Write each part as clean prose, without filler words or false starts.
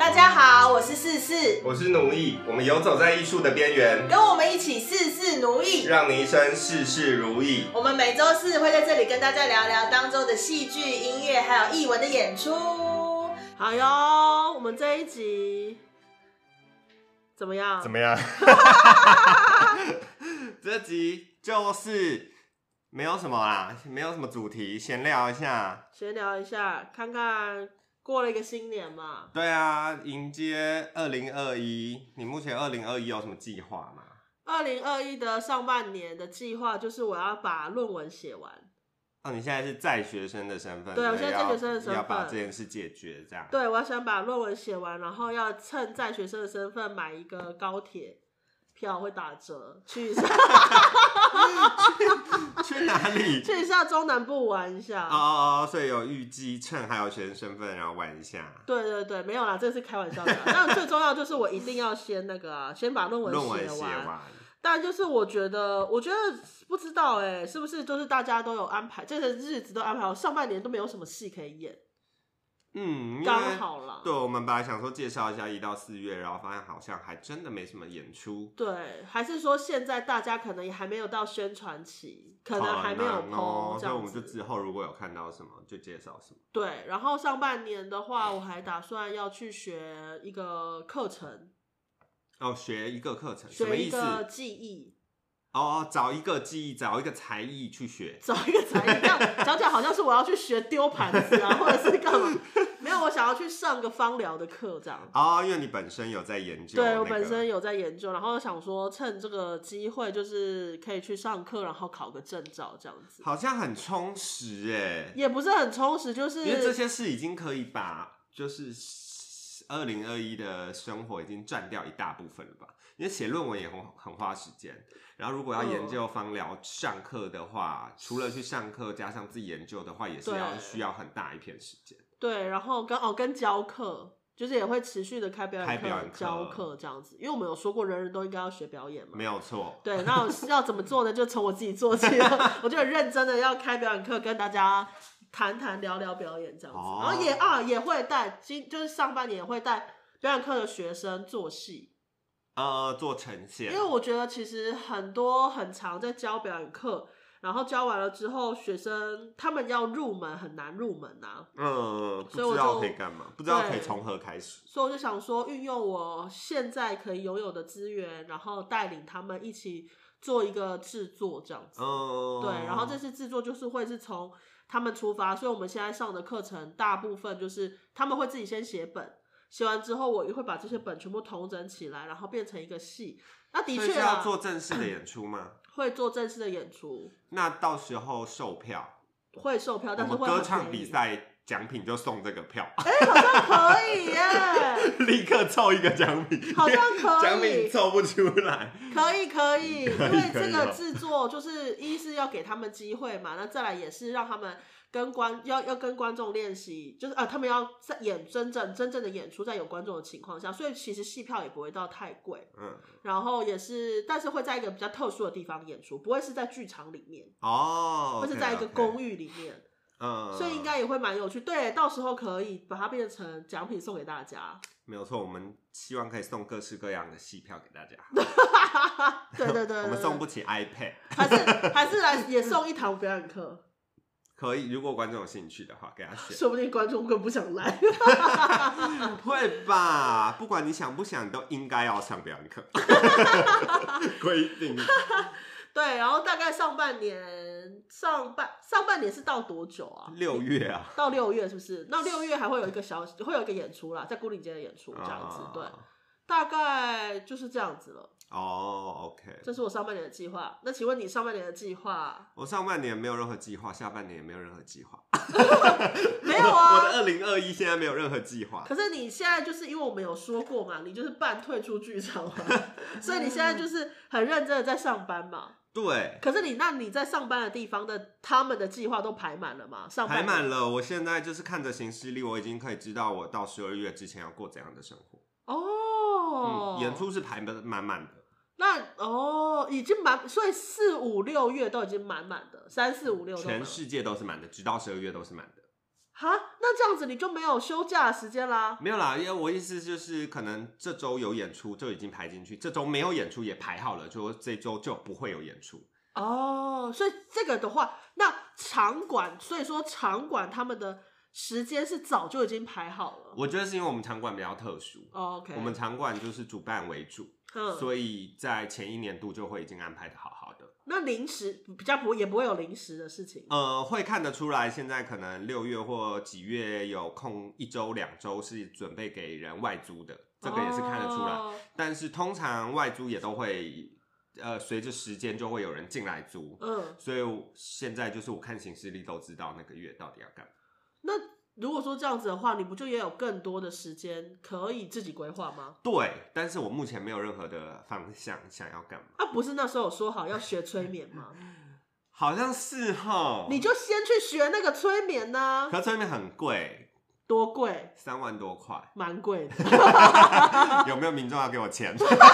大家好，我是四四， 我是奴役，我们游走在艺术的边缘， 跟我们一起事事奴役， 让你一生事事如意。 我们每周四会在这里跟大家聊聊当周的戏剧、音乐还有艺文的演出。好哟，我们这一集怎么样？ 怎么样？这集就是没有什么啦，没有什么主题，闲聊一下， 看看过了一个新年嘛。 对啊，迎接2021，你目前2021有什么计划吗 ？2021的上半年的计划就是我要把论文写完。 哦，你现在是在学生的身份， 对，我现在在学生的身份要把这件事解决，这样。 对，我要想把论文写完，然后要趁在学生的身份买一个高铁票会打折，去一下。 去哪里？ 去一下中南部玩一下。 哦，所以有预计趁还有学生身份，然后玩一下。 对，没有啦，这是开玩笑的。但最重要就是我一定要先先把论文写完。但就是我觉得不知道是不是就是大家都有安排，这个日子都安排好，上半年都没有什么戏可以演。刚好啦。 对，我们本来想说介绍一下1到4月，然后发现好像还真的没什么演出。 对，还是说现在大家可能也还没有到宣传期，可能还没有 po 这样子， 所以我们就之后如果有看到什么就介绍什么。 对，然后上半年的话，我还打算要去学一个课程。 哦，学一个课程，什么意思？ 学一个技艺。 哦，找一个技艺，找一个才艺去学。 找一个才艺，这样讲起来好像是我要去学丢盘子啊，或者是干嘛？没有，我想要去上个芳疗的课，这样。 哦，因为你本身有在研究。 对，我本身有在研究，然后想说趁这个机会，就是可以去上课，然后考个证照，这样子。 好像很充实耶。 也不是很充实，就是因为这些事已经可以把就是2021的生活已经占掉一大部分了吧？因为写论文也很花时间，然后如果要研究芳疗上课的话，除了去上课加上自己研究的话，也是需要很大一片时间。 对，然后跟教课，就是也会持续的开表演课、教课这样子。因为我们有说过，人人都应该要学表演嘛，没有错。 对，那要怎么做呢？就从我自己做起了。我就很认真的要开表演课，跟大家谈聊聊表演这样子。然后也会带，就是上半年也会带表演课的学生做戏。 做呈现。 因为我觉得其实很常在教表演课，然后教完了之后，学生他们要入门很难入门啊。 不知道可以干嘛，不知道可以从何开始。 所以我就想说，运用我现在可以拥有的资源，然后带领他们一起做一个制作这样子。对，然后这次制作就是会是从他们出发，所以我们现在上的课程大部分就是他们会自己先写本。写完之后，我也会把这些本全部统整起来，然后变成一个戏。那的确是要做正式的演出吗？ 会做正式的演出。 那到时候售票？ 会售票，但是会我们歌唱比赛奖品就送这个票。 好像可以耶！ 立刻凑一个奖品， 好像可以。 奖品凑不出来。 可以，因为这个制作就是一是要给他们机会嘛，那再来也是让他们要跟观众练习，就是他们要演真正的演出，在有观众的情况下，所以其实戏票也不会到太贵。然后也是，但是会在一个比较特殊的地方演出，不会是在剧场里面会是在一个公寓里面。所以应该也会蛮有趣。对，到时候可以把它变成奖品送给大家。 没有错，我们希望可以送各式各样的戏票给大家。 对， 我们送不起 iPad， 还是来也送一堂表演课。 可以，如果观众有兴趣的话，给他选。 说不定观众更不想来。 会吧？不管你想不想，你都应该要上表演课。规定。 对，然后大概上半年是到多久啊 ？6月啊。 到6月是不是？那6月还会有一个演出啦，在牯岭街的演出这样子。对，大概就是这样子了。 OK， 这是我上半年的计划。那请问你上半年的计划？ 我上半年没有任何计划，下半年也没有任何计划。 没有啊， 我的2021现在没有任何计划。 可是你现在就是因为我们有说过嘛，你就是半退出剧场嘛，所以你现在就是很认真的在上班嘛。 对。 可是你在上班的地方他们的计划都排满了吗？ 排满了。我现在就是看着行事历，我已经可以知道我到12月之前要过怎样的生活。演出是排满满的。 那已经满，所以4、5、6月都已经满满的，3、4、5、6都满， 全世界都是满的，直到12月都是满的。 哈，那这样子你就没有休假的时间啦？ 没有啦，因为我意思就是可能这周有演出就已经排进去，这周没有演出也排好了，就这周就不会有演出。 哦，所以这个的话，那场馆，所以说场馆他们的时间是早就已经排好了。 我觉得是因为我们场馆比较特殊。 OK， 我们场馆就是主办为主，所以在前一年度就会已经安排的好好的。 那临时比较也不会有临时的事情。 会看得出来，现在可能6月或几月有空1周2周是准备给人外租的，这个也是看得出来。但是通常外租也都会。随着时间就会有人进来租，所以现在就是我看行事历都知道那个月到底要干嘛。 那如果说这样子的话，你不就也有更多的时间可以自己规划吗？ 对，但是我目前没有任何的方向想要干嘛。 不是那时候有说好要学催眠吗？ 好像是齁。 你就先去学那个催眠啊。 可是催眠很贵。 多贵 ？3万多块。 蛮贵的。 有没有民众要给我钱？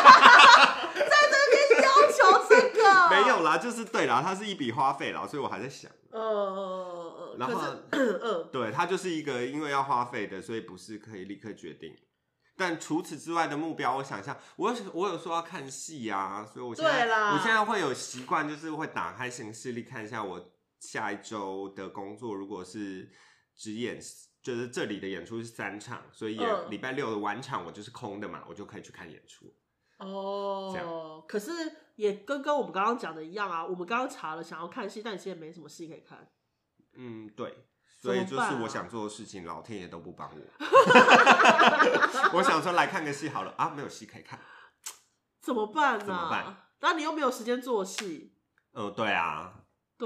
要求这个没有啦，就是对啦，它是一笔花费啦，所以我还在想。然后对，它就是一个因为要花费的，所以不是可以立刻决定。但除此之外的目标，我想一下，我有说要看戏啊，所以我现在会有习惯，就是会打开行事历看一下我下一周的工作，如果是只演。就是这里的演出是3场，所以礼拜6的晚场我就是空的嘛，我就可以去看演出。 可是也跟我们刚刚讲的一样啊，我们刚刚查了想要看戏，但你现在没什么戏可以看。 对，所以就是我想做的事情，老天爷都不帮我。我想说来看个戏好了啊，没有戏可以看， 怎么办呢？ 怎么办？ 然后你又没有时间做戏。 对啊，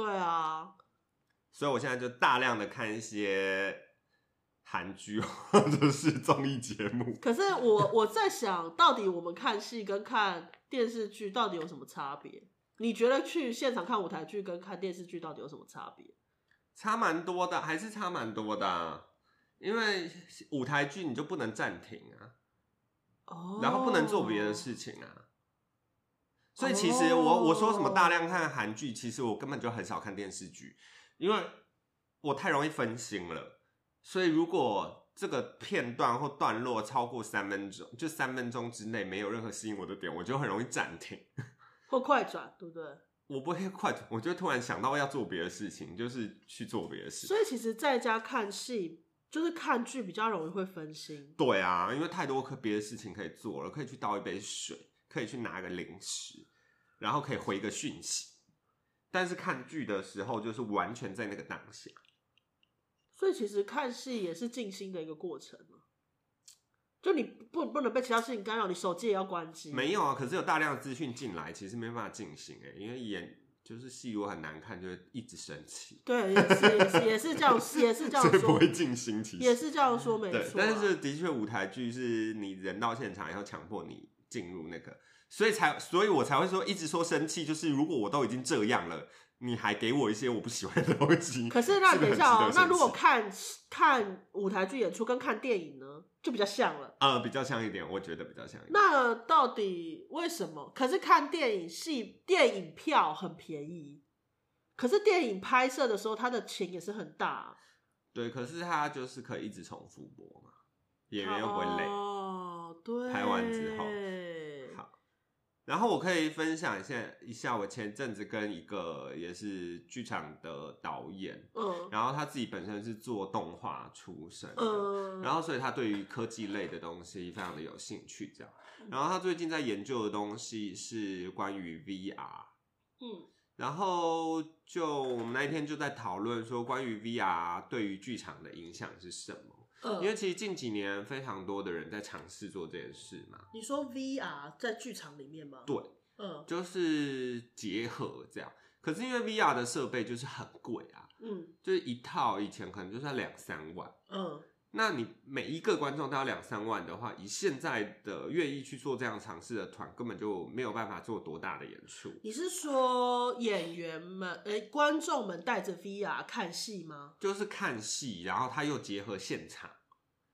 所以我现在就大量的看一些。韩剧或者是综艺节目。 可是我在想，到底我们看戏跟看电视剧到底有什么差别？你觉得去现场看舞台剧跟看电视剧到底有什么差别？ 差蛮多的，还是差蛮多的啊。因为舞台剧你就不能暂停啊，然后不能做别的事情啊。所以其实我说什么大量看韩剧，其实我根本就很少看电视剧，因为我太容易分心了。所以如果这个片段或段落超过3分钟，就3分钟之内没有任何吸引我的点，我就很容易暂停或快转，对不对？ 我不会快转，我就突然想到要做别的事情，就是去做别的事。 所以其实在家看戏就是看剧比较容易会分心。 对啊，因为太多别的事情可以做了，可以去倒一杯水，可以去拿个零食，然后可以回个讯息。但是看剧的时候就是完全在那个当下。 所以其实看戏也是静心的一个过程啊，就你不能被其他事情干扰，你手机也要关机。 没有啊，可是有大量的资讯进来，其实没办法静心因为就是戏如果很难看，就会一直生气。 对，也是这样，也是这样说， 所以不会静心，其实也是这样说，没错。 但是的确，舞台剧是你人到现场，要强迫你进入那个，所以我才会说，一直说生气，就是如果我都已经这样了。你还给我一些我不喜欢的东西， 可是那等一下那如果看舞台剧演出跟看电影呢，就比较像了。 比较像一点，我觉得比较像一点。 那到底为什么？可是看电影票很便宜，可是电影拍摄的时候，它的钱也是很大。 对，可是它就是可以一直重复播嘛，演员又不会累。 对， 拍完之后。然后我可以分享一下我前阵子跟一个也是剧场的导演，然后他自己本身是做动画出身的，然后所以他对于科技类的东西非常的有兴趣这样。然后他最近在研究的东西是关于 VR，然后就我们那一天就在讨论说关于 VR 对于剧场的影响是什么。因为其实近几年非常多的人在尝试做这件事嘛。 你说 VR 在剧场里面吗？ 对，就是结合这样。可是因为 VR 的设备就是很贵啊，就是一套以前可能就是要2-3万，那你每一个观众都要2-3万的话，以现在的愿意去做这样尝试的团，根本就没有办法做多大的演出。 你是说演员们、观众们带着 VR 看戏吗？ 就是看戏，然后他又结合现场。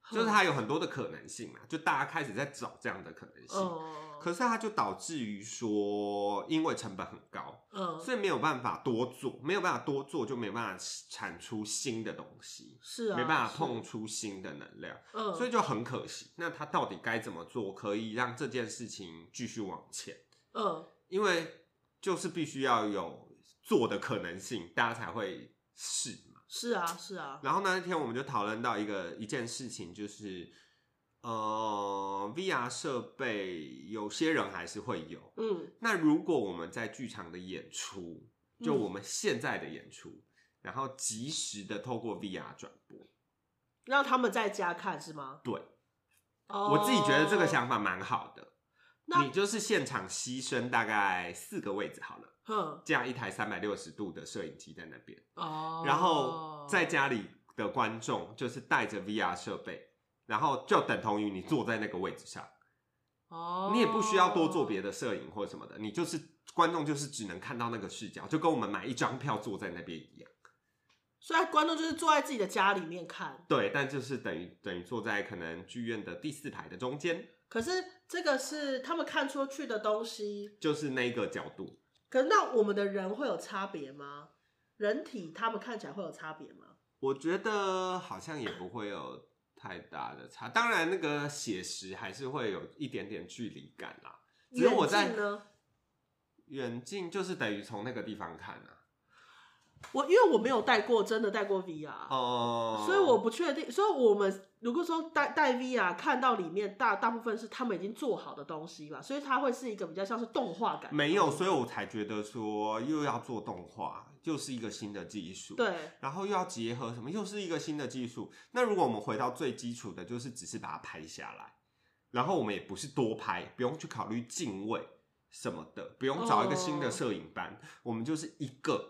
就是它有很多的可能性嘛，就大家开始在找这样的可能性。可是它就导致于说，因为成本很高，所以没有办法多做，没有办法多做，就没办法产出新的东西， 是啊， 没办法碰出新的能量，所以就很可惜。那它到底该怎么做，可以让这件事情继续往前？因为就是必须要有做的可能性，大家才会试嘛。 是啊，是啊。 然后那天我们就讨论到一件事情，就是VR 设备有些人还是会有。那如果我们在剧场的演出，就我们现在的演出，然后及时的透过 VR 转播， 让他们在家看是吗？ 对。我自己觉得这个想法蛮好的。你就是现场牺牲大概4个位置好了，架一台360度的摄影机在那边，然后在家里的观众就是带着 VR 设备，然后就等同于你坐在那个位置上，你也不需要多做别的摄影或什么的，你就是观众就是只能看到那个视角，就跟我们买一张票坐在那边一样。 所以观众就是坐在自己的家里面看， 对，但就是等于坐在可能剧院的第4排的中间。 可是这个是他们看出去的东西， 就是那个角度。 可是那我们的人会有差别吗？人体他们看起来会有差别吗？ 我觉得好像也不会有太大的差，当然那个写实还是会有一点点距离感啦。只有我在远近就是等于从那个地方看啊。 因为我没有真的戴过 VR，所以我不确定。所以我们如果说戴 VR 看到里面大部分是他们已经做好的东西吧，所以它会是一个比较像是动画感。 没有，所以我才觉得说又要做动画，又是一个新的技术。 对， 然后又要结合什么，又是一个新的技术。那如果我们回到最基础的，就是只是把它拍下来，然后我们也不是多拍，不用去考虑镜位什么的，不用找一个新的摄影班，我们就是一个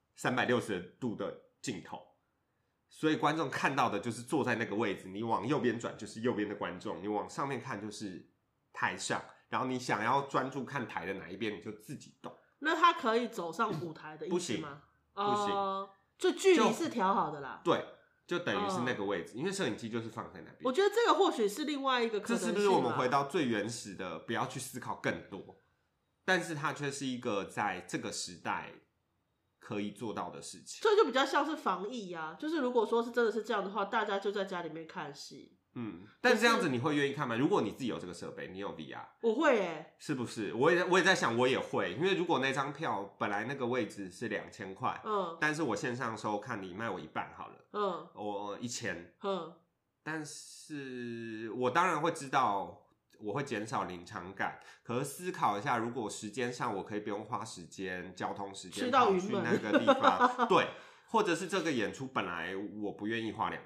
360度的镜头，所以观众看到的就是坐在那个位置，你往右边转就是右边的观众，你往上面看就是台上，然后你想要专注看台的哪一边，你就自己动。 那他可以走上舞台的意思吗？ 不行， 就距离是调好的啦。 对，就等于是那个位置，因为摄影机就是放在那边。 我觉得这个或许是另外一个可能性。 这是不是我们回到最原始的，不要去思考更多，但是它却是一个在这个时代可以做到的事情。 这就比较像是防疫啊，就是如果说是真的是这样的话，大家就在家里面看戏。 但这样子你会愿意看吗？如果你自己有这个设备，你有 VR， 我会耶， 是不是？我也在想，我也会，因为如果那张票本来那个位置是2000块，但是我线上收看你卖我1半好了，我1000，但是我当然会知道我会减少临场感，可是思考一下，如果时间上我可以不用花时间、交通时间跑去那个地方，对。或者是这个演出本来我不愿意花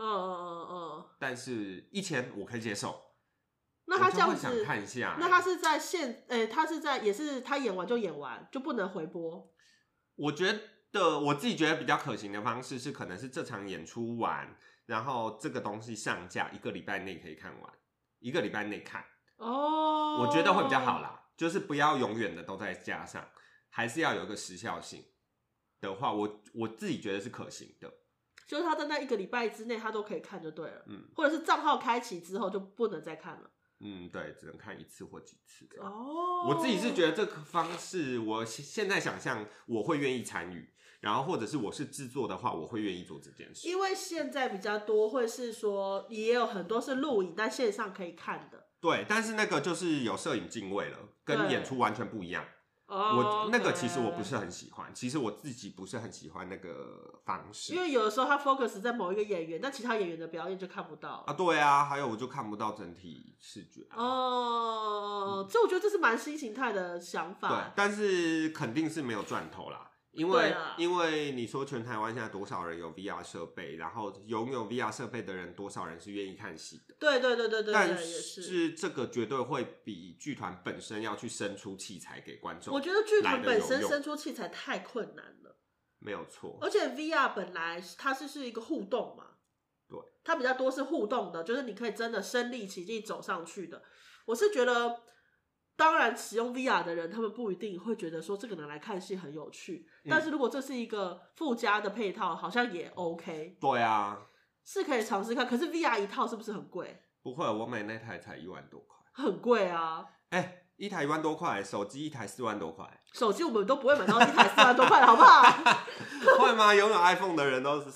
2000，但是1000我可以接受。 那他这样子， 我就会想看一下。 那他是在他是在也是他演完就演完，就不能回播。 我觉得我自己觉得比较可行的方式是，可能是这场演出完，然后这个东西上架1个礼拜内可以看完，1个礼拜内看。我觉得会比较好啦，就是不要永远的都在架上，还是要有一个时效性。的话，我自己觉得是可行的， 就是他在那1个礼拜之内，他都可以看就对了，或者是账号开启之后就不能再看了， 对，只能看1次或几次这样。我自己是觉得这个方式，我现在想象我会愿意参与，然后或者是我是制作的话，我会愿意做这件事。 因为现在比较多会是说，也有很多是录影，但线上可以看的。 对，但是那个就是有摄影镜位了，跟演出完全不一样。那个其实我不是很喜欢，其实我自己不是很喜欢那个方式， 因为有的时候他 focus 在某一个演员，但其他演员的表演就看不到啊。对啊，还有我就看不到整体视觉。 所以我觉得这是蛮新形态的想法。 对，但是肯定是没有赚头啦。因为你说全台湾现在多少人有 VR 设备，然后拥有 VR 设备的人多少人是愿意看戏的？ 对， 但是这个绝对会比剧团本身要去生出器材给观众。 我觉得剧团本身生出器材太困难了， 没有错。 而且 VR 本来它是一个互动嘛， 对， 它比较多是互动的，就是你可以真的身临其境走上去的。我是觉得。当然，使用 VR 的人，他们不一定会觉得说这个拿来看戏很有趣。但是如果这是一个附加的配套，好像也 OK。 对啊， 是可以尝试看。可是 VR 一套是不是很贵？ 不会，我买那台才1万多块， 很贵啊！ 一台1万多块，手机一台4万多块， 手机我们都不会买到一台4万多块，好不好？ 会吗？拥有 iPhone 的人都是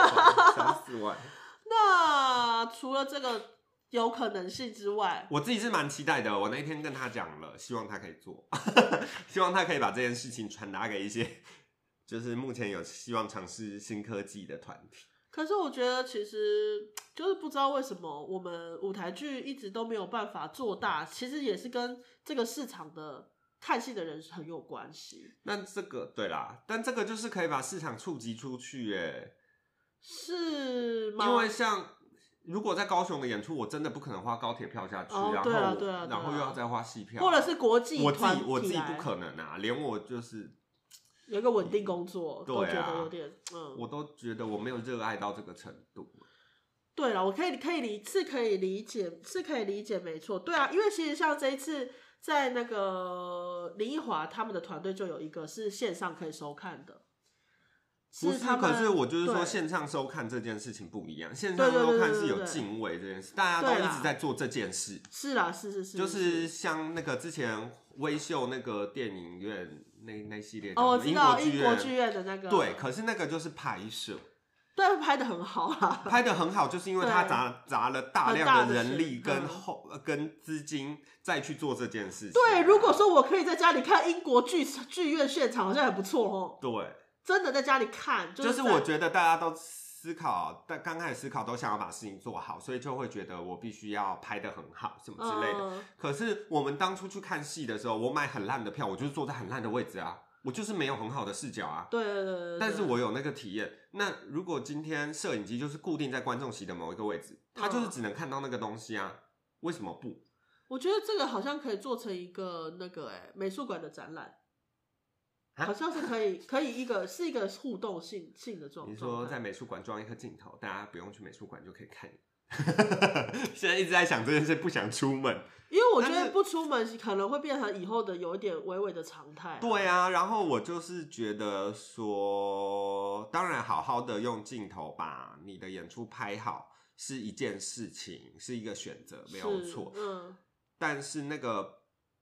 3-4万。 那除了这个有可能性之外， 我自己是蛮期待的。我那一天跟他讲了，希望他可以做，希望他可以把这件事情传达给一些就是目前有希望尝试新科技的团体。 可是我觉得其实就是不知道为什么我们舞台剧一直都没有办法做大，其实也是跟这个市场的看戏的人很有关系。 那这个对啦，但这个就是可以把市场触及出去耶， 是吗？ 因为像如果在高雄的演出，我真的不可能花高铁票下去，然后又要再花戏票， 或者是国际团体， 我自己不可能啊，连我就是有一个稳定工作， 对啊， 都觉得有点我都觉得我没有热爱到这个程度。 对了，我可以理解，没错，对啊，因为其实像这一次在那个林奕华他们的团队就有一个是线上可以收看的。 不是，可是我就是说，线上收看这件事情不一样。线上收看是有敬畏这件事，大家都一直在做这件事。 是啦，是， 就是像那个之前微秀那个电影院那系列， 我知道英国剧院的那个， 对，可是那个就是拍摄， 对，拍得很好啦， 拍得很好，就是因为他砸了大量的人力跟资金再去做这件事情。 对，如果说我可以在家里看英国剧院现场，好像很不错哦。 对。 真的在家里看， 就是我觉得大家都思考，但刚开始思考都想要把事情做好，所以就会觉得我必须要拍得很好什么之类的。可是我们当初去看戏的时候，我买很烂的票，我就是坐在很烂的位置啊，我就是没有很好的视角啊。 对。 但是我有那个体验。那如果今天摄影机就是固定在观众席的某一个位置，他就是只能看到那个东西啊，为什么不？ 我觉得这个好像可以做成一个那个美术馆的展览。好像是可以一个互动性的状态。 你说在美术馆装一颗镜头，大家不用去美术馆就可以看。现在一直在想这件事，不想出门， 因为我觉得不出门可能会变成以后的有一点微微的常态。 对啊，然后我就是觉得说，当然好好的用镜头把你的演出拍好是一件事情，是一个选择，没有错。但是那个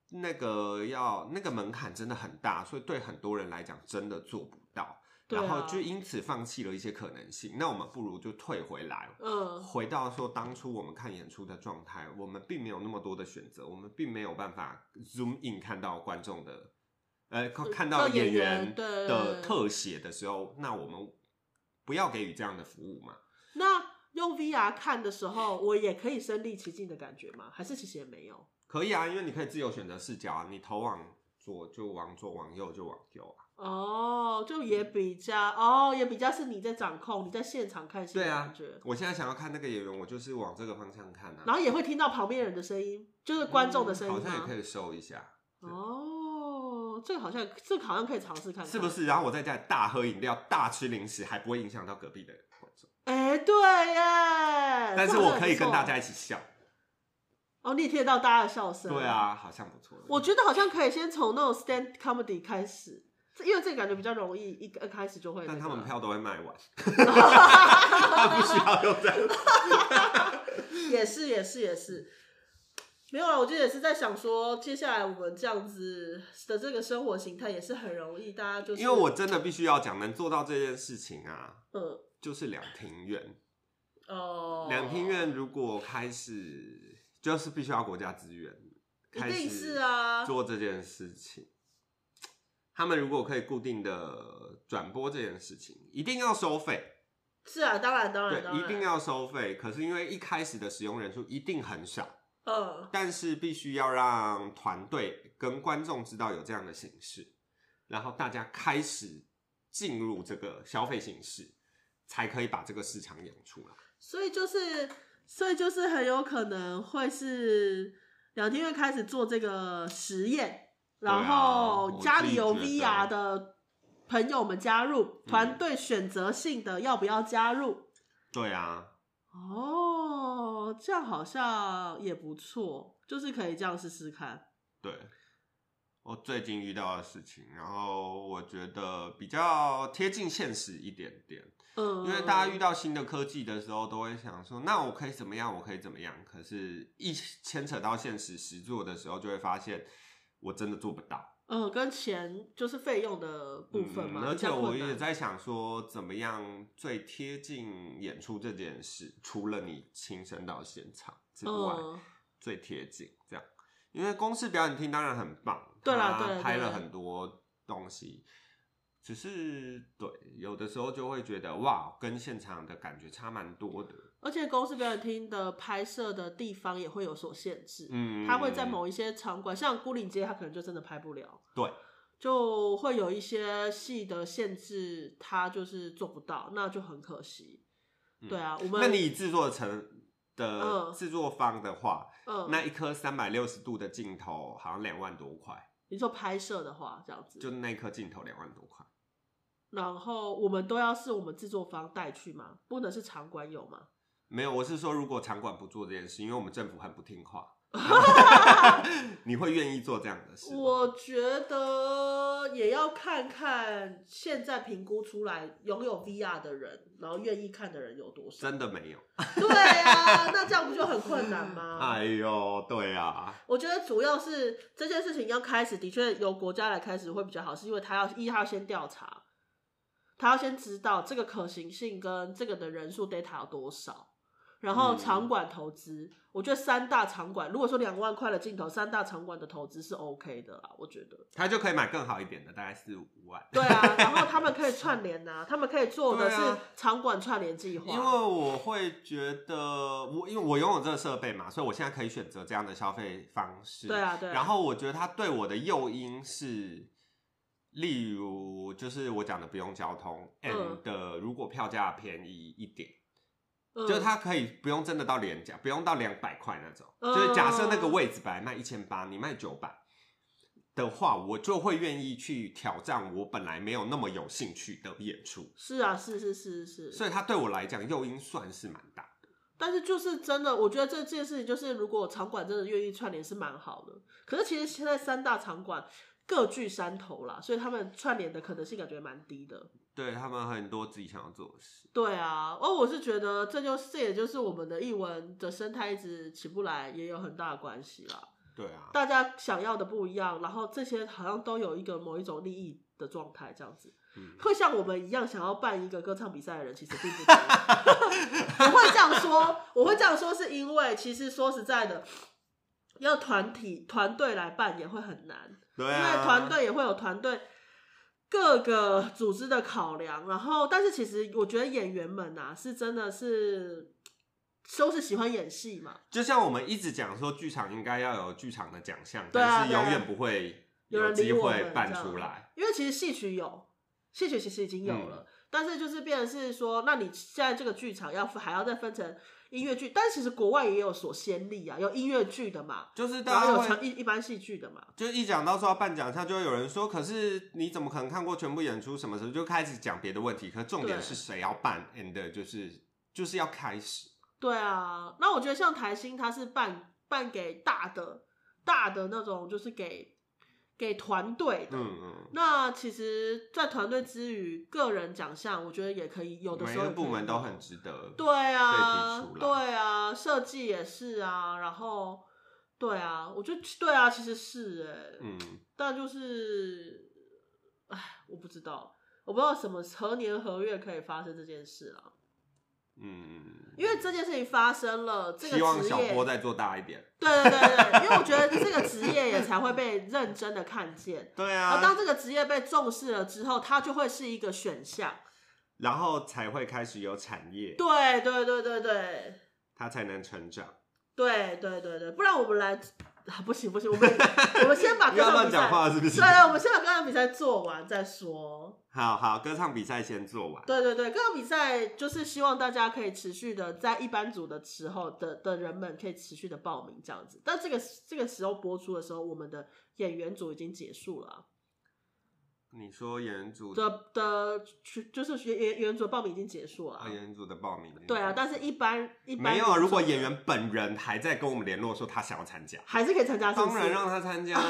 门槛真的很大，所以对很多人来讲真的做不到，然后就因此放弃了一些可能性。那我们不如就退回来，回到说当初我们看演出的状态，我们并没有那么多的选择，我们并没有办法 zoom in 看到观众的，看到演员的特写的时候，那我们不要给予这样的服务嘛？ 那用 VR 看的时候，我也可以身临其境的感觉吗？还是其实也没有？ 可以啊，因为你可以自由选择视角啊，你头往左就往左，往右就往右啊。 就也比较是你在掌控，你在现场看戏的感觉。 对啊，我现在想要看那个演员，我就是往这个方向看啊。 然后也会听到旁边人的声音，就是观众的声音吗？ 好像也可以收一下。 这个好像可以尝试看看， 是不是？然后我在家里大喝饮料、大吃零食，还不会影响到隔壁的观众。 对耶！ 但是我可以跟大家一起笑。 你也听得到大家的笑声。 对啊，好像不错。 我觉得好像可以先从那种 stand comedy 开始，因为这个感觉比较容易，一开始就会。 但他们票都会卖完，他不需要用这样。 也是。没有啦，我觉得也是在想说，接下来我们这样子的这个生活形态也是很容易，大家就是。 因为我真的必须要讲，能做到这件事情啊，就是两厅院。两厅院如果开始。就是必须要国家资源开始做这件事情。他们如果可以固定的转播这件事情，一定要收费。 是啊，当然， 对，一定要收费。可是因为一开始的使用人数一定很少，但是必须要让团队跟观众知道有这样的形式，然后大家开始进入这个消费形式，才可以把这个市场养出来。 所以就是很有可能会是两厅院开始做这个实验，然后家里有 VR 的朋友们加入，团队选择性的要不要加入？ 对啊。 这样好像也不错，就是可以这样试试看。 对，我最近遇到的事情，然后我觉得比较贴近现实一点点。 因为大家遇到新的科技的时候，都会想说，那我可以怎么样？我可以怎么样？可是，一牵扯到现实实做的时候，就会发现我真的做不到。 跟钱就是费用的部分嘛。 而且我也在想说，怎么样最贴近演出这件事，除了你亲身到现场之外，最贴近这样。因为公视表演厅当然很棒， 对啦， 他拍了很多东西。只是对，有的时候就会觉得哇，跟现场的感觉差蛮多的。 而且公视表演厅的拍摄的地方也会有所限制，它会在某一些场馆，像牯岭街，它可能就真的拍不了。 对， 就会有一些戏的限制，它就是做不到，那就很可惜。对啊， 那你以制作的制作方的话，那一颗360度的镜头好像2万多块。 你说拍摄的话，这样子， 就那颗镜头2万多块。 然后我们都要是我们制作方带去吗？不能是场馆有吗？ 没有，我是说如果场馆不做这件事，因为我们政府很不听话，你会愿意做这样的事吗？ 我觉得也要看看现在评估出来拥有 VR 的人，然后愿意看的人有多少。 真的没有。 对啊，那这样不就很困难吗？ 哎呦，对啊。 我觉得主要是这件事情要开始，的确由国家来开始会比较好，是因为他要先调查，他要先知道这个可行性跟这个的人数 data 有多少。然后场馆投资，我觉得3大场馆，如果说2万块的镜头，3大场馆的投资是 OK 的啦，我觉得。他就可以买更好一点的，大概4-5万。 对啊，然后他们可以串联啊，他们可以做的是场馆串联计划。 因为我会觉得，因为我拥有这个设备嘛，所以我现在可以选择这样的消费方式。 对啊，对啊。 然后我觉得它对我的诱因是，例如就是我讲的不用交通，and 如果票价便宜一点。就是它可以不用真的到廉价，不用到200块那种。就是假设那个位置本来卖1800，你卖900的话，我就会愿意去挑战我本来没有那么有兴趣的演出。 是啊，是。所以它对我来讲诱因算是蛮大的。 但是就是真的，我觉得这件事情就是如果场馆真的愿意串联是蛮好的。可是其实现在3大场馆各据山头啦，所以他们串联的可能性感觉蛮低的。 对，他们很多自己想要做的事。 对啊，我是觉得这也就是我们的艺文的生态一直起不来，也有很大的关系啦。 对啊， 大家想要的不一样，然后这些好像都有某一种利益的状态，这样子。会像我们一样想要办一个歌唱比赛的人，其实并不多。我会这样说，是因为其实说实在的，要团队来办也会很难。 对啊， 因为团队也会有团队各个组织的考量，然后但是其实我觉得演员们啊是真的是都是喜欢演戏嘛， 就像我们一直讲说剧场应该要有剧场的奖项， 但是永远不会有机会办出来。 因为其实戏曲其实已经有了，但是就是变成是说，那你现在这个剧场还要再分成音乐剧，但是其实国外也有所先例啊，有音乐剧的嘛， 就是大家有一般戏剧的嘛。 就一讲到说要办奖项，就会有人说，可是你怎么可能看过全部演出？什么时候就开始讲别的问题？可是重点是谁要办 ，and 就是要开始。 对啊，那我觉得像台新，它是办给大的那种，就是给团队的。那其实，在团队之余，个人奖项，我觉得也可以，有的时候每个部门都很值得。 对啊，对啊，设计也是啊，然后对啊，我觉得对啊，其实是但就是，我不知道什么何年何月可以发生这件事啊。因为这件事情发生了，这个职业希望小波再做大一点。 对，因为我觉得这个职业也才会被认真的看见。 对啊， 而当这个职业被重视了之后，它就会是一个选项， 然后才会开始有产业。 对， 它才能成长。 对，不然我们来。不行，我们先把歌唱比赛要乱讲话是不是？ 对，我们先把歌唱比赛做完再说。 好，歌唱比赛先做完。 对，歌唱比赛就是希望大家可以持续的在一般组的时候的人们可以持续的报名这样子。但这个时候播出的时候，我们的演员组已经结束了啊。 你说演员组就是演员组的报名已经结束了。 演员组的报名。 对啊，但是一般没有啊。如果演员本人还在跟我们联络说他想要参加， 还是可以参加。 当然让他参加。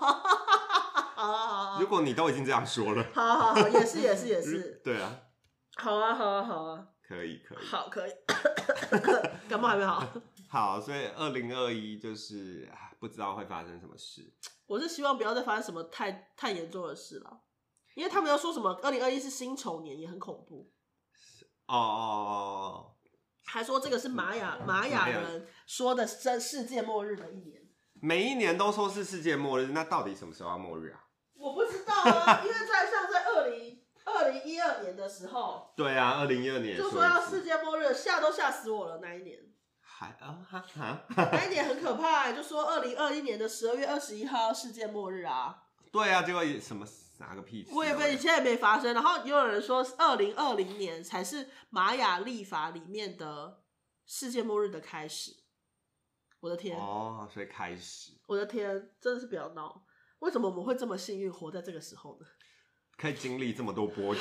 如果你都已经这样说了， 好，也是。 对啊， 好啊，好啊，好啊， 可以， 好，可以。感冒还没好。 好，所以2021就是不知道会发生什么事。 我是希望不要再发生什么太严重的事了，因为他们要说什么2021是辛丑年，也很恐怖。 哦， 还说这个是玛雅人说的世界末日的一年。 每一年都说是世界末日，那到底什么时候要末日啊？ 我不知道啊，因为在2012年的时候， 对啊，2012年就说要世界末日，都吓死我了那一年。那一年很可怕，就说2021年的12月21号世界末日啊。 对啊，结果哪个屁事？ 我也现在也没发生。然后也有人说2020年才是玛雅历法里面的世界末日的开始。我的天！ 哦，所以开始。 我的天，真的是不要闹！为什么我们会这么幸运活在这个时候呢？ 可以经历这么多波折，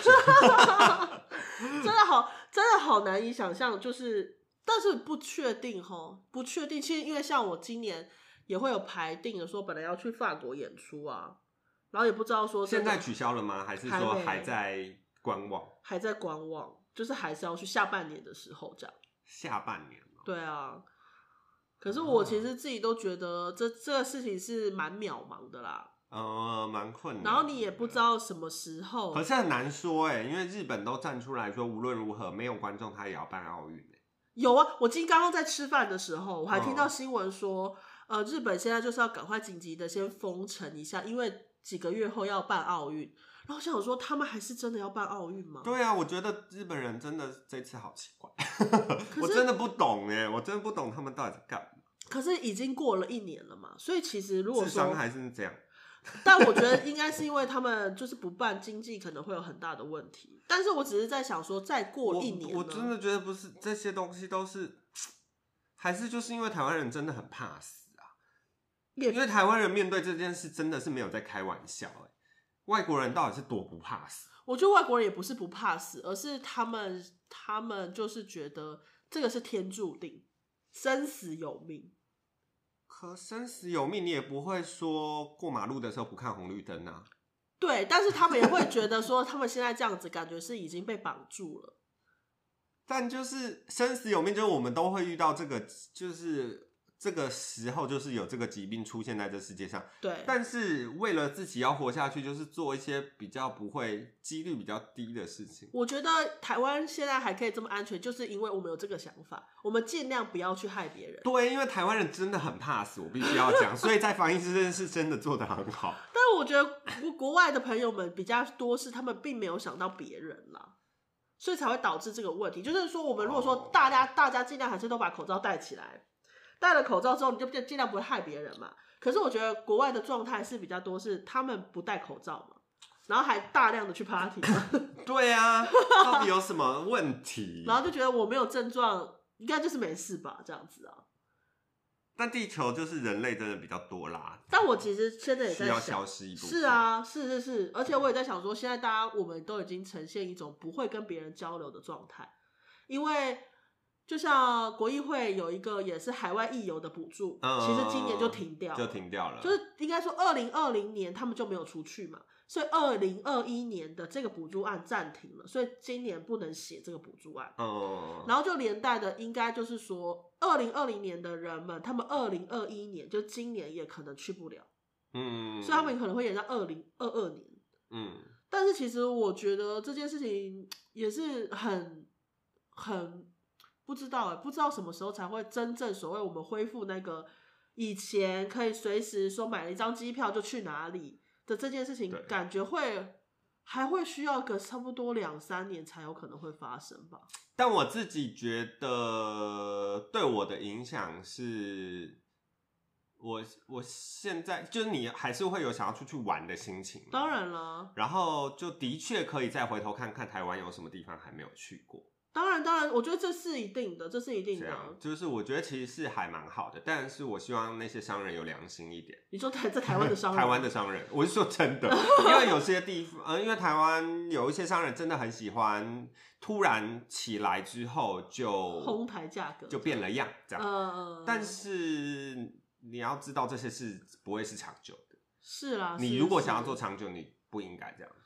真的好难以想象，就是但是不确定齁，不确定。其实因为像我今年也会有排定的，说本来要去法国演出啊，然后也不知道说现在取消了吗？还是说还在观望？ 还在观望，就是还是要去下半年的时候这样。 下半年吗？ 对啊。可是我其实自己都觉得这个事情是蛮渺茫的啦。 蛮困难。 然后你也不知道什么时候， 可是很难说因为日本都站出来说，无论如何没有观众，他也要办奥运。 有啊，我刚刚在吃饭的时候，我还听到新闻说，日本现在就是要赶快紧急的先封城一下，因为几个月后要办奥运。然后我想说，他们还是真的要办奥运吗？ 对啊，我觉得日本人真的这次好奇怪，我真的不懂我真的不懂他们到底在干嘛。 可是已经过了1年了嘛，所以其实如果说智商还是这样。 但我觉得应该是因为他们就是不办，经济可能会有很大的问题。但是我只是在想说，再过1年呢， 我真的觉得不是这些东西都是，还是就是因为台湾人真的很怕死啊。因为台湾人面对这件事真的是没有在开玩笑外国人到底是多不怕死？ 我觉得外国人也不是不怕死，而是他们就是觉得这个是天注定，生死有命。 可生死有命，你也不会说过马路的时候不看红绿灯啊。 对，但是他们也会觉得说，他们现在这样子感觉是已经被绑住了。 但就是生死有命，就是我们都会遇到这个，就是这个时候，就是有这个疾病出现在这世界上。 对。 但是为了自己要活下去，就是做一些比较不会几率比较低的事情。 我觉得台湾现在还可以这么安全，就是因为我们有这个想法，我们尽量不要去害别人。 对，因为台湾人真的很怕死，我必须要讲，所以在防疫这件事真的做得很好。 但我觉得国外的朋友们比较多是他们并没有想到别人啦，所以才会导致这个问题。就是说，我们如果说大家尽量还是都把口罩戴起来，戴了口罩之后你就尽量不会害别人嘛。可是我觉得国外的状态是比较多是他们不戴口罩嘛，然后还大量的去 party 嘛。 对啊，到底有什么问题？ 然后就觉得我没有症状，应该就是没事吧，这样子啊。 但地球就是人类真的比较多啦。 但我其实现在也在想， 需要消失一部分。 是啊，是，而且我也在想说，现在我们都已经呈现一种不会跟别人交流的状态，因为就像国议会有一个也是海外艺游的补助，其实今年就停掉了，就是应该说2020年他们就没有出去嘛，所以2021年的这个补助案暂停了，所以今年不能写这个补助案。然后就连带的应该就是说2020年的人们，他们2021年就今年也可能去不了，所以他们可能会延到2022年。但是其实我觉得这件事情也是很不知道什么时候才会真正所谓我们恢复那个以前可以随时说买了一张机票就去哪里的这件事情，感觉还会需要个差不多2-3年才有可能会发生吧。 但我自己觉得对我的影响是，我现在就是你还是会有想要出去玩的心情， 当然了， 然后就的确可以再回头看看台湾有什么地方还没有去过。 当然，我觉得这是一定的， 就是我觉得其实是还蛮好的，但是我希望那些商人有良心一点。 你说在台湾的商人， 台湾的商人，我是说真的，因为有些地方，因为台湾有一些商人真的很喜欢，突然起来之后就哄抬价格， 就变了样这样。但是你要知道，这些是不会是长久的。 是啦， 你如果想要做长久，你不应该这样做。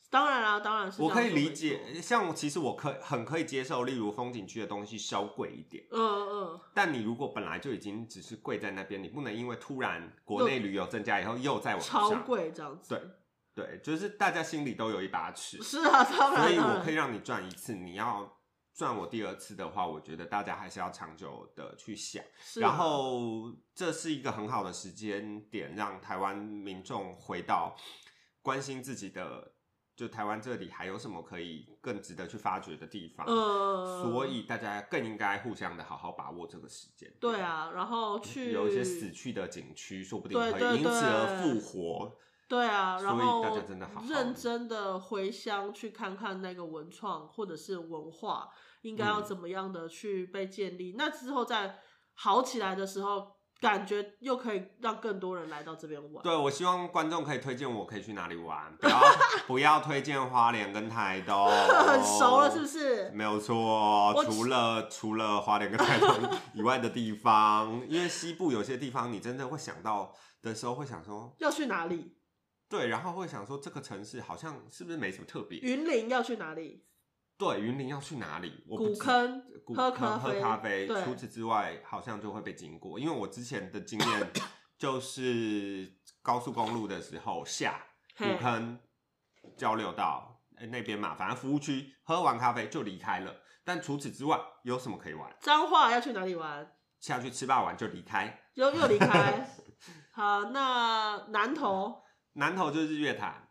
当然啦，当然是我可以理解，像其实我很可以接受，例如风景区的东西稍贵一点，但你如果本来就已经只是贵在那边，你不能因为突然国内旅游增加以后又再往上超贵这样子。 对，就是大家心里都有一把尺。 是啊，当然。 所以我可以让你赚一次，你要赚我第二次的话，我觉得大家还是要长久的去想。然后这是一个很好的时间点，让台湾民众回到关心自己的，就台湾这里还有什么可以更值得去发掘的地方。所以大家更应该互相的好好把握这个时间。 对啊，然后去有一些死去的景区，说不定可以因此而复活。 对啊，然后大家真的好认真的回乡去看看那个文创或者是文化应该要怎么样的去被建立，那之后在好起来的时候，感觉又可以让更多人来到这边玩。 对，我希望观众可以推荐我可以去哪里玩，不要推荐花莲跟台东。 很熟了是不是？ 没有错，除了花莲跟台东以外的地方，因为西部有些地方你真的会想到的时候，会想说要去哪里。 对，然后会想说这个城市好像是不是没什么特别？ 云林要去哪里？ 对，云林要去哪里？ 古坑喝咖啡。除此之外，好像就会被经过。因为我之前的经验就是高速公路的时候下古坑交流道那边嘛，反正服务区喝完咖啡就离开了。但除此之外，有什么可以玩？ 彰化要去哪里玩？ 下去吃霸王就离开， 又离开。好，那南投就是日月潭。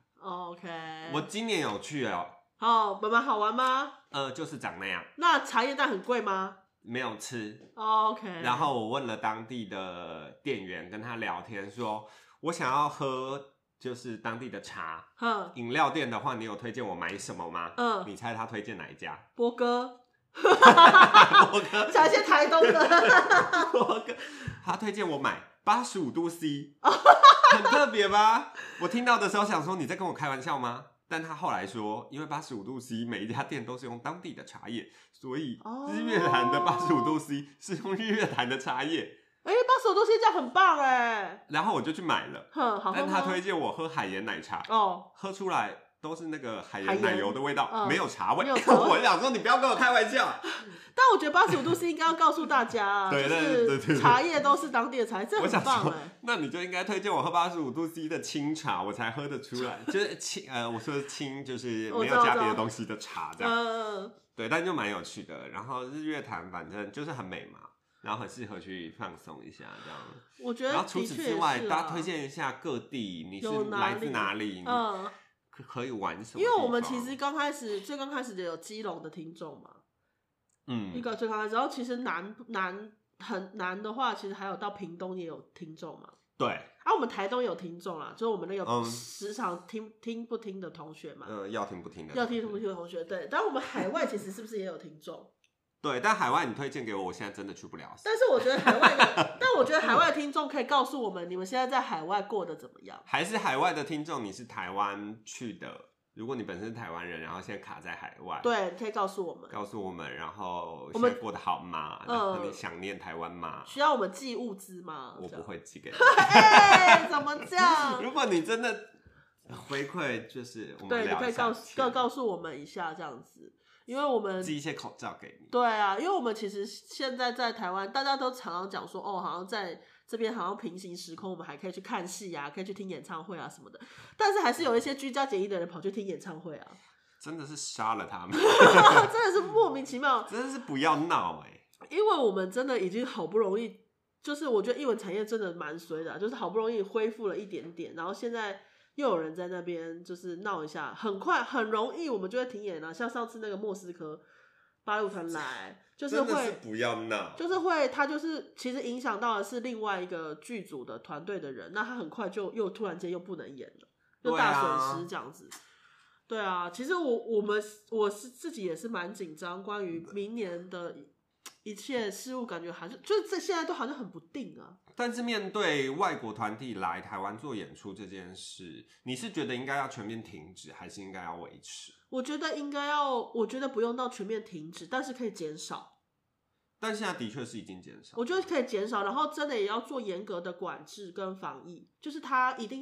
OK， 我今年有去哦。 蛮好玩吗？ 就是长那样。 那茶叶蛋很贵吗？ 没有吃。 OK。 然后我问了当地的店员，跟他聊天说，我想要喝就是当地的茶。饮料店的话，你有推荐我买什么吗？你猜他推荐哪一家？ 波哥。 波哥。 讲一些台东的。 波哥，他推荐我买85度 C。很特别吧？我听到的时候想说你在跟我开玩笑吗？但他后来说，因为85度 C 每一家店都是用当地的茶叶，所以日月潭的85度 C 是用日月潭的茶叶。 85度 C 这样很棒哎。 然后我就去买了。 好喝吗？ 但他推荐我喝海盐奶茶。喝出来都是那个海盐奶油的味道，没有茶味。我想说你不要跟我开玩笑。 但我觉得85度 C 应该要告诉大家，就是茶叶都是当地的茶叶，这很棒哎。 那你就应该推荐我喝85度 C 的清茶，我才喝得出来。就是清，我说的清就是没有加别的东西的茶这样。对，但就蛮有趣的。然后日月潭反正就是很美嘛，然后很适合去放松一下这样。 我觉得。 然后除此之外，大家推荐一下各地，你是来自哪里？可以玩什么？ 因为我们其实最刚开始的有基隆的听众嘛。一个最刚开始，然后其实很难的话，其实还有到屏东也有听众嘛。 对。 我们台东有听众啦，就是我们那个时常听不听的同学嘛。 要听不听的同学。对，但我们海外其实是不是也有听众？ 对，但海外你推荐给我现在真的去不了。 但是我觉得海外的听众可以告诉我们，你们现在在海外过得怎么样？ 还是海外的听众，你是台湾去的？如果你本身是台湾人，然后现在卡在海外， 对，可以告诉我们， 然后现在过得好吗？然后你想念台湾吗？ 需要我们寄物资吗？ 我不会寄给你。 怎么这样？ 如果你真的回馈，就是我们聊一下， 对，你可以告诉我们一下这样子。因为我们寄一些口罩给你。 对啊，因为我们其实现在在台湾，大家都常常讲说，好像在这边好像平行时空，我们还可以去看戏啊，可以去听演唱会啊什么的。但是还是有一些居家检疫的人跑去听演唱会啊， 真的是杀了他们， 真的是莫名其妙， 真的是不要闹因为我们真的已经好不容易，就是我觉得艺文产业真的蛮衰的，就是好不容易恢复了一点点，然后现在。又有人在那边就是闹一下，很快很容易我们就会停演了。像上次那个莫斯科八路团来，就是会真的是不要闹， 就是会他就是其实影响到的是另外一个剧组的团队的人，那他很快就又突然间又不能演了，就大损失这样子。对啊，其实我是自己也是蛮紧张，关于明年的一切事物，感觉还是就是这现在都好像很不定啊。 但是面对外国团体来台湾做演出这件事，你是觉得应该要全面停止，还是应该要维持？ 我觉得不用到全面停止，但是可以减少。 但现在的确是已经减少， 我觉得可以减少，然后真的也要做严格的管制跟防疫，就是他一定要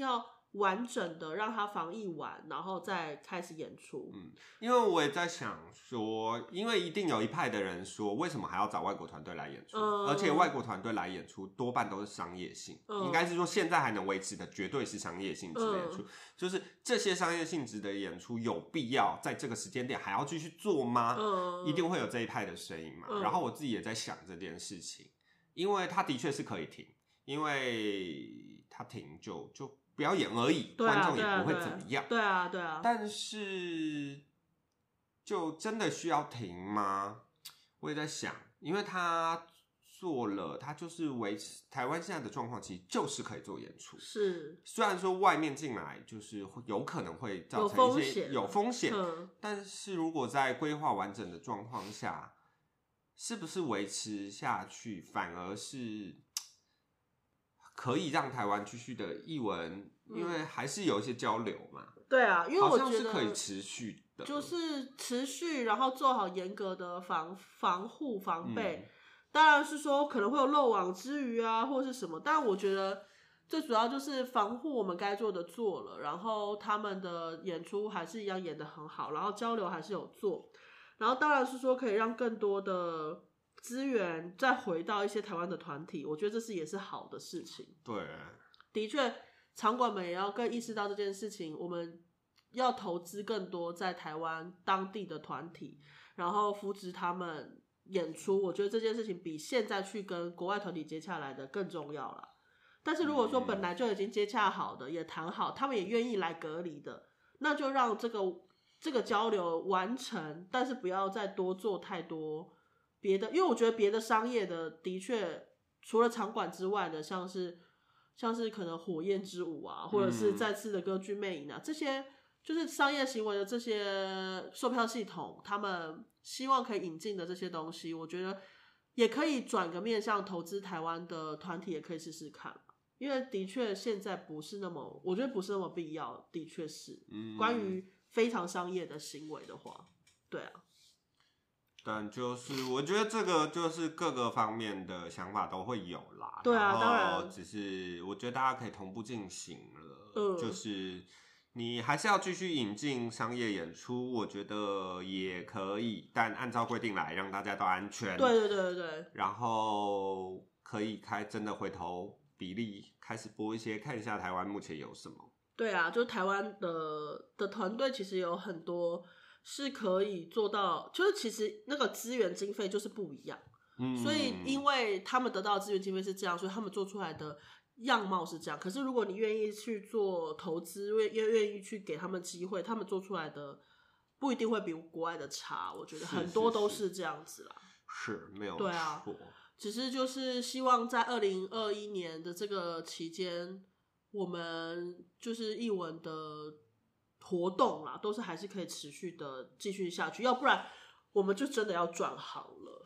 完整的让它防疫完，然后再开始演出。 因为我也在想说，因为一定有一派的人说，为什么还要找外国团队来演出？而且外国团队来演出多半都是商业性，应该是说现在还能维持的绝对是商业性质的演出。就是这些商业性质的演出有必要在这个时间点还要继续做吗？一定会有这一派的声音嘛。然后我自己也在想这件事情，因为它的确是可以停，因为它停就不要演而已，观众也不会怎么样。 对啊。 但是，就真的需要停吗？我也在想，因为他做了，他就是维持台湾现在的状况，其实就是可以做演出。 是， 虽然说外面进来就是有可能会造成一些有风险，但是如果在规划完整的状况下，是不是维持下去，反而是可以让台湾继续的艺文，因为还是有一些交流嘛。 对啊，因为我觉得好像是可以持续的， 就是持续，然后做好严格的防护防备。当然是说可能会有漏网之鱼啊，或是什么，但我觉得最主要就是防护我们该做的做了，然后他们的演出还是一样演得很好，然后交流还是有做，然后当然是说可以让更多的资源再回到一些台湾的团体，我觉得这也是好的事情。 对， 的确场馆们也要更意识到这件事情，我们要投资更多在台湾当地的团体，然后扶植他们演出，我觉得这件事情比现在去跟国外团体接洽来的更重要啦。但是如果说本来就已经接洽好的，也谈好，他们也愿意来隔离的，那就让这个交流完成，但是不要再多做太多别的，因为我觉得别的商业的确除了场馆之外的，像是可能火焰之舞啊，或者是再次的歌剧魅影啊，这些就是商业行为的这些售票系统，他们希望可以引进的这些东西，我觉得也可以转个面向投资台湾的团体，也可以试试看。因为的确现在不是那么，我觉得不是那么必要，的确是关于非常商业的行为的话，对啊。 但就是我觉得这个就是各个方面的想法都会有啦， 对啊，当然， 只是我觉得大家可以同步进行了，就是你还是要继续引进商业演出，我觉得也可以，但按照规定来，让大家都安全。 对。 然后可以真的回头比例开始播一些，看一下台湾目前有什么。 对啊，就是台湾的团队其实有很多是可以做到，就是其实那个资源经费就是不一样，所以因为他们得到的资源经费是这样，所以他们做出来的样貌是这样。可是如果你愿意去做投资，愿意去给他们机会，他们做出来的不一定会比国外的差。我觉得很多都是这样子啦， 是没有错。 对啊，只是就是希望在2021年的这个期间，我们就是艺文的活动啦，都是还是可以持续的继续下去，要不然我们就真的要转行了。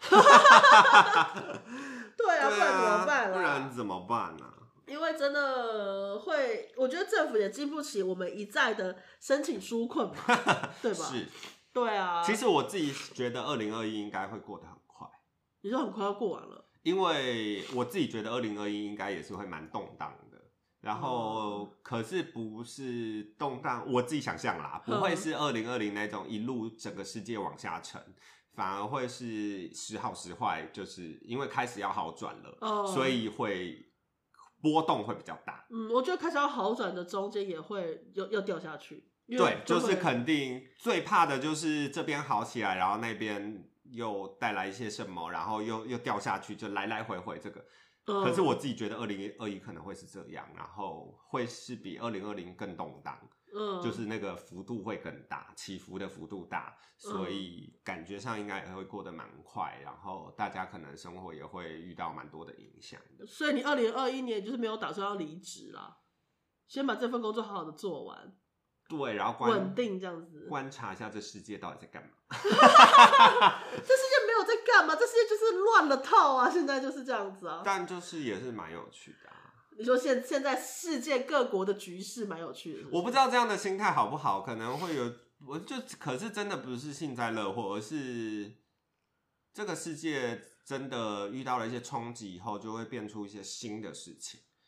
对啊，不然怎么办啦？ 不然怎么办呢？ 因为真的会，我觉得政府也经不起我们一再的申请纾困嘛，对吧？ 是， 对啊。 其实我自己觉得2021应该会过得很快。 你说很快要过完了？ 因为我自己觉得2021应该也是会蛮动荡的。然后，可是不是动荡，我自己想象啦，不会是2020那种一路整个世界往下沉，反而会是时好时坏，就是因为开始要好转了，所以会波动会比较大。 我觉得开始要好转的中间也会要掉下去。 对，就是肯定最怕的就是这边好起来，然后那边又带来一些什么，然后又掉下去，就来来回回这个。可是我自己觉得2021可能会是这样，然后会是比2020更动荡，就是那个幅度会更大，起伏的幅度大，所以感觉上应该也会过得蛮快，然后大家可能生活也会遇到蛮多的影响的。 所以你2021年就是没有打算要离职啦，先把这份工作好好的做完。 对，然后稳定这样子， 观察一下这世界到底在干嘛。 这世界没有在干嘛，这世界就是乱了套啊！现在就是这样子啊。 但就是也是蛮有趣的啊。 你说现在世界各国的局势蛮有趣的是不是？ 我不知道这样的心态好不好，可能会有，可是真的不是幸灾乐祸，而是这个世界真的遇到了一些冲击以后，就会变出一些新的事情。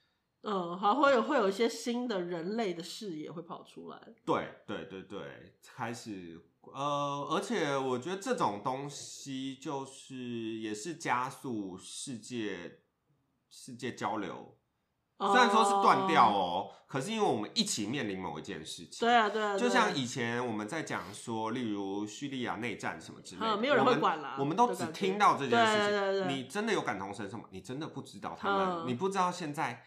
还会有一些新的人类的视野会跑出来。 对，开始而且我觉得这种东西就是也是加速世界交流。虽然说是断掉可是因为我们一起面临某一件事情。 对啊， 就像以前我们在讲说，例如叙利亚内战什么之类的， 没有人会管啦。 我们都只听到这件事情。 对， 你真的有感同身受吗？你真的不知道他们，你不知道现在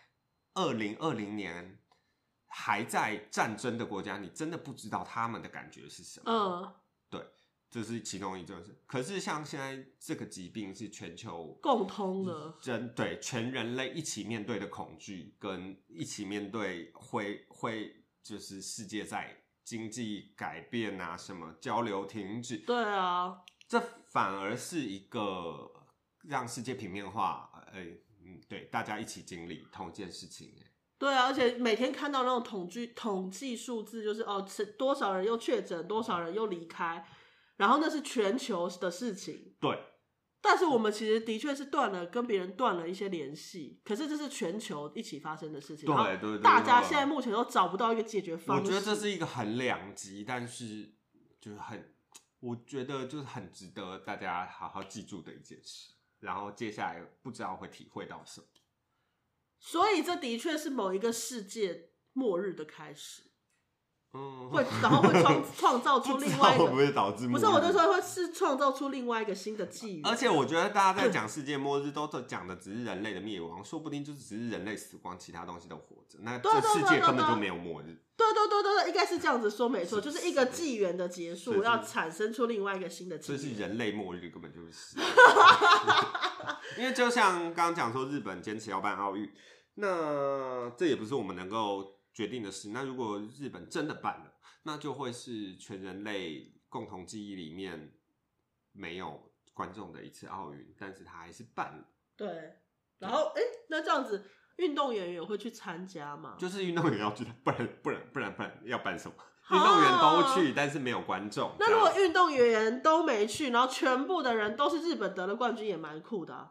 2020年还在战争的国家，你真的不知道他们的感觉是什么。对。这是其中一件事，可是像现在这个疾病是全球共通的， 对全人类一起面对的恐惧，跟一起面对会就是世界在经济改变啊，什么交流停止， 对啊， 这反而是一个让世界平面化，对，大家一起经历同一件事情。 对啊，而且每天看到那种统计数字，就是多少人又确诊，多少人又离开。然后那是全球的事情， 对。 但是我们其实的确是跟别人断了一些联系，可是这是全球一起发生的事情。 对， 大家现在目前都找不到一个解决方式。 我觉得这是一个很两极，但是就是我觉得就是很值得大家好好记住的一件事。然后接下来不知道会体会到什么。 所以这的确是某一个世界末日的开始。然后会创造出另外一个， 会不会导致末日？ 不是，我就说会是创造出另外一个新的纪元。 而且我觉得大家在讲世界末日都讲的只是人类的灭亡，说不定就只是人类死光，其他东西都活着，那这世界根本就没有末日。 对，应该是这样子说，没错，就是一个纪元的结束，要产生出另外一个新的纪元。 这是人类末日，根本就是因为就像刚刚讲说，日本坚持要办奥运，那这也不是我们能够决定的事。那如果日本真的办了，那就会是全人类共同记忆里面没有观众的一次奥运，但是他还是办了。 对，然后那这样子，运动员也会去参加吗？ 就是运动员要去，不然要办什么？运动员都去，但是没有观众。 那如果运动员都没去，然后全部的人都是日本得了冠军，也蛮酷的啊。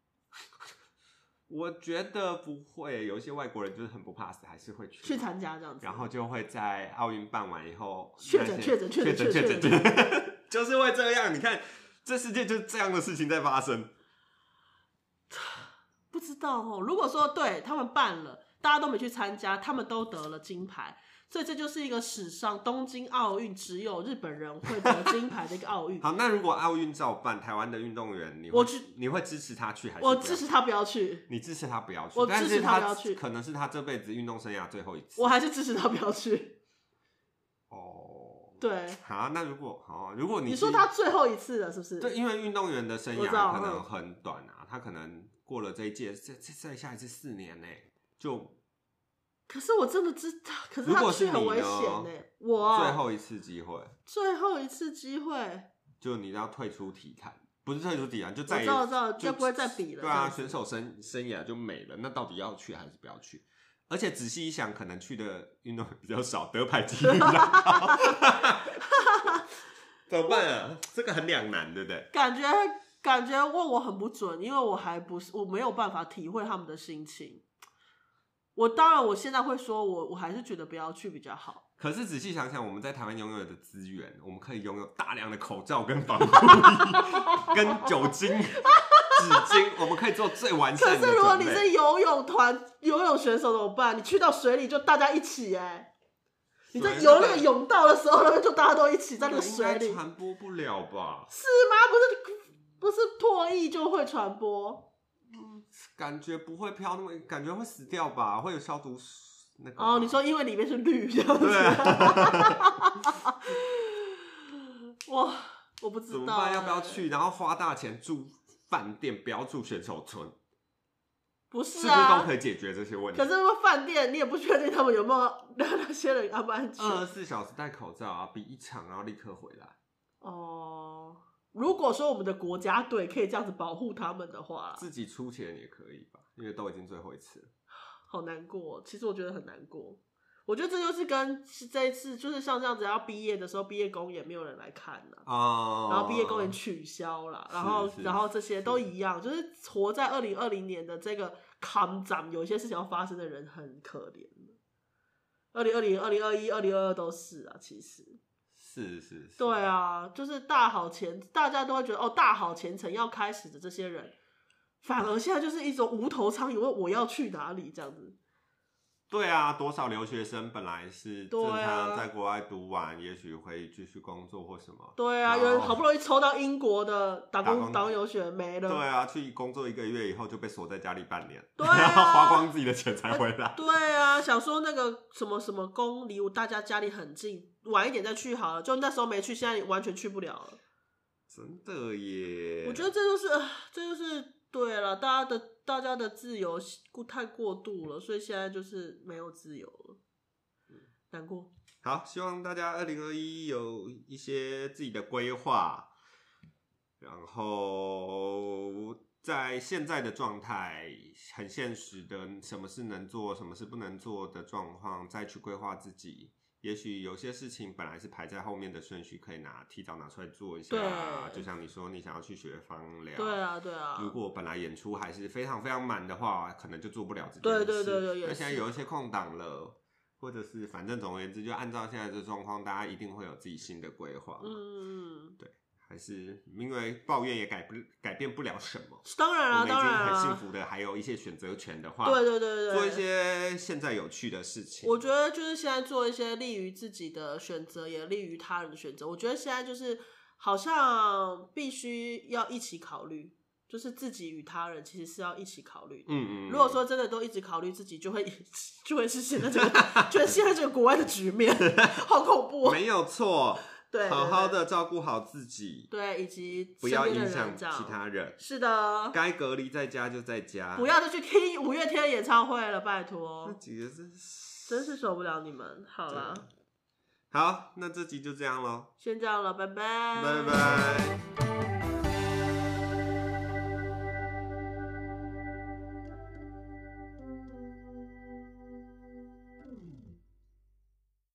我觉得不会，有一些外国人就是很不怕死，还是会去参加这样子， 然后就会在奥运办完以后确诊， 就是会这样。你看，这世界就是这样的事情在发生。 不知道如果说对他们办了，大家都没去参加，他们都得了金牌。所以这就是一个史上东京奥运只有日本人会得金牌的一个奥运。 好，那如果奥运照办，台湾的运动员你会支持他去还是？ 我支持他不要去。 你支持他不要去？ 我支持他不要去。 可能是他这辈子运动生涯最后一次。 我还是支持他不要去。对。 好，那如果你说他最后一次了，是不是？ 对，因为运动员的生涯可能很短啊，他可能过了这一届，再下一次4年呢，就。 可是我真的知道，可是他去很危险呢。我最后一次机会，就你要退出体坛，不是退出体坛，就再也知道就不会再比了。 对啊，选手生涯就没了。那到底要去还是不要去？而且仔细一想，可能去的运动比较少，得牌几率比较高。怎么办啊？这个很两难，对不对？ 感觉问我很不准，因为我没有办法体会他们的心情。当然，我现在会说我还是觉得不要去比较好。 可是仔细想想，我们在台湾拥有的资源，我们可以拥有大量的口罩跟防护衣、跟酒精、纸巾，我们可以做最完善的准备。 可是如果你是游泳选手怎么办？你去到水里就大家一起你在游那个泳道的时候，就大家都一起在那个水里， 传播不了吧？ 是吗？不是唾液就会传播？ 感觉不会飘那么，感觉会死掉吧？会有消毒那个。 你说因为里面是氯这样子？ 对啊。 哇，我不知道怎么办？要不要去？然后花大钱住饭店，不要住选手村？ 不是是不是都可以解决这些问题？ 可是饭店你也不确定他们有没有那些人安不安全。 24小时戴口罩啊，比一场然后立刻回来。 如果说我们的国家队可以这样子保护他们的话， 自己出钱也可以吧，因为都已经最后一次了。 好难过，其实我觉得很难过。我觉得这就是跟这一次，就是像这样子要毕业的时候，毕业公演没有人来看了，然后毕业公演取消了，然后这些都一样，就是活在2020年的这个抗战，有些事情要发生的人很可怜。2020、2021、2022都是啊，其实是。 对啊，就是大家都会觉得大好前程要开始的这些人，反而现在就是一种无头苍蝇，我要去哪里这样子。 对啊，多少留学生本来是正常在国外读完，也许会继续工作或什么。 对啊，有人好不容易抽到英国的打工游学没了。 对啊，去工作1个月以后就被锁在家里半年， 对啊， 然后花光自己的钱才回来。 对啊，想说那个什么什么宫离大家家里很近，晚一点再去好了。就那时候没去，现在完全去不了了。 真的耶！ 我觉得这就是对了，大家的自由太过度了，所以现在就是没有自由了，难过。 好，希望大家2021有一些自己的规划，然后在现在的状态很现实的，什么是能做，什么是不能做的状况，再去规划自己。也许有些事情本来是排在后面的顺序，可以提早拿出来做一下。就像你说，你想要去学芳疗， 对啊。 如果本来演出还是非常非常满的话，可能就做不了这件事。 对。 那现在有一些空档了，或者是反正总而言之，就按照现在这状况，大家一定会有自己新的规划。对。还是因为抱怨也改变不了什么。 当然我们已经很幸福的，还有一些选择权的话， 对， 做一些现在有趣的事情。 我觉得就是现在做一些利于自己的选择，也利于他人的选择。我觉得现在就是好像必须要一起考虑，就是自己与他人其实是要一起考虑的。如果说真的都一直考虑自己，就会是现在这个国外的局面，好恐怖。 没有错。 对， 好好的照顾好自己， 对，以及不要影响其他人。 是的， 该隔离在家就在家， 不要再去听5月天的演唱会了，拜托。 那几个真是受不了你们。好啦， 好，那这集就这样咯， 先这样了，拜拜， 拜拜。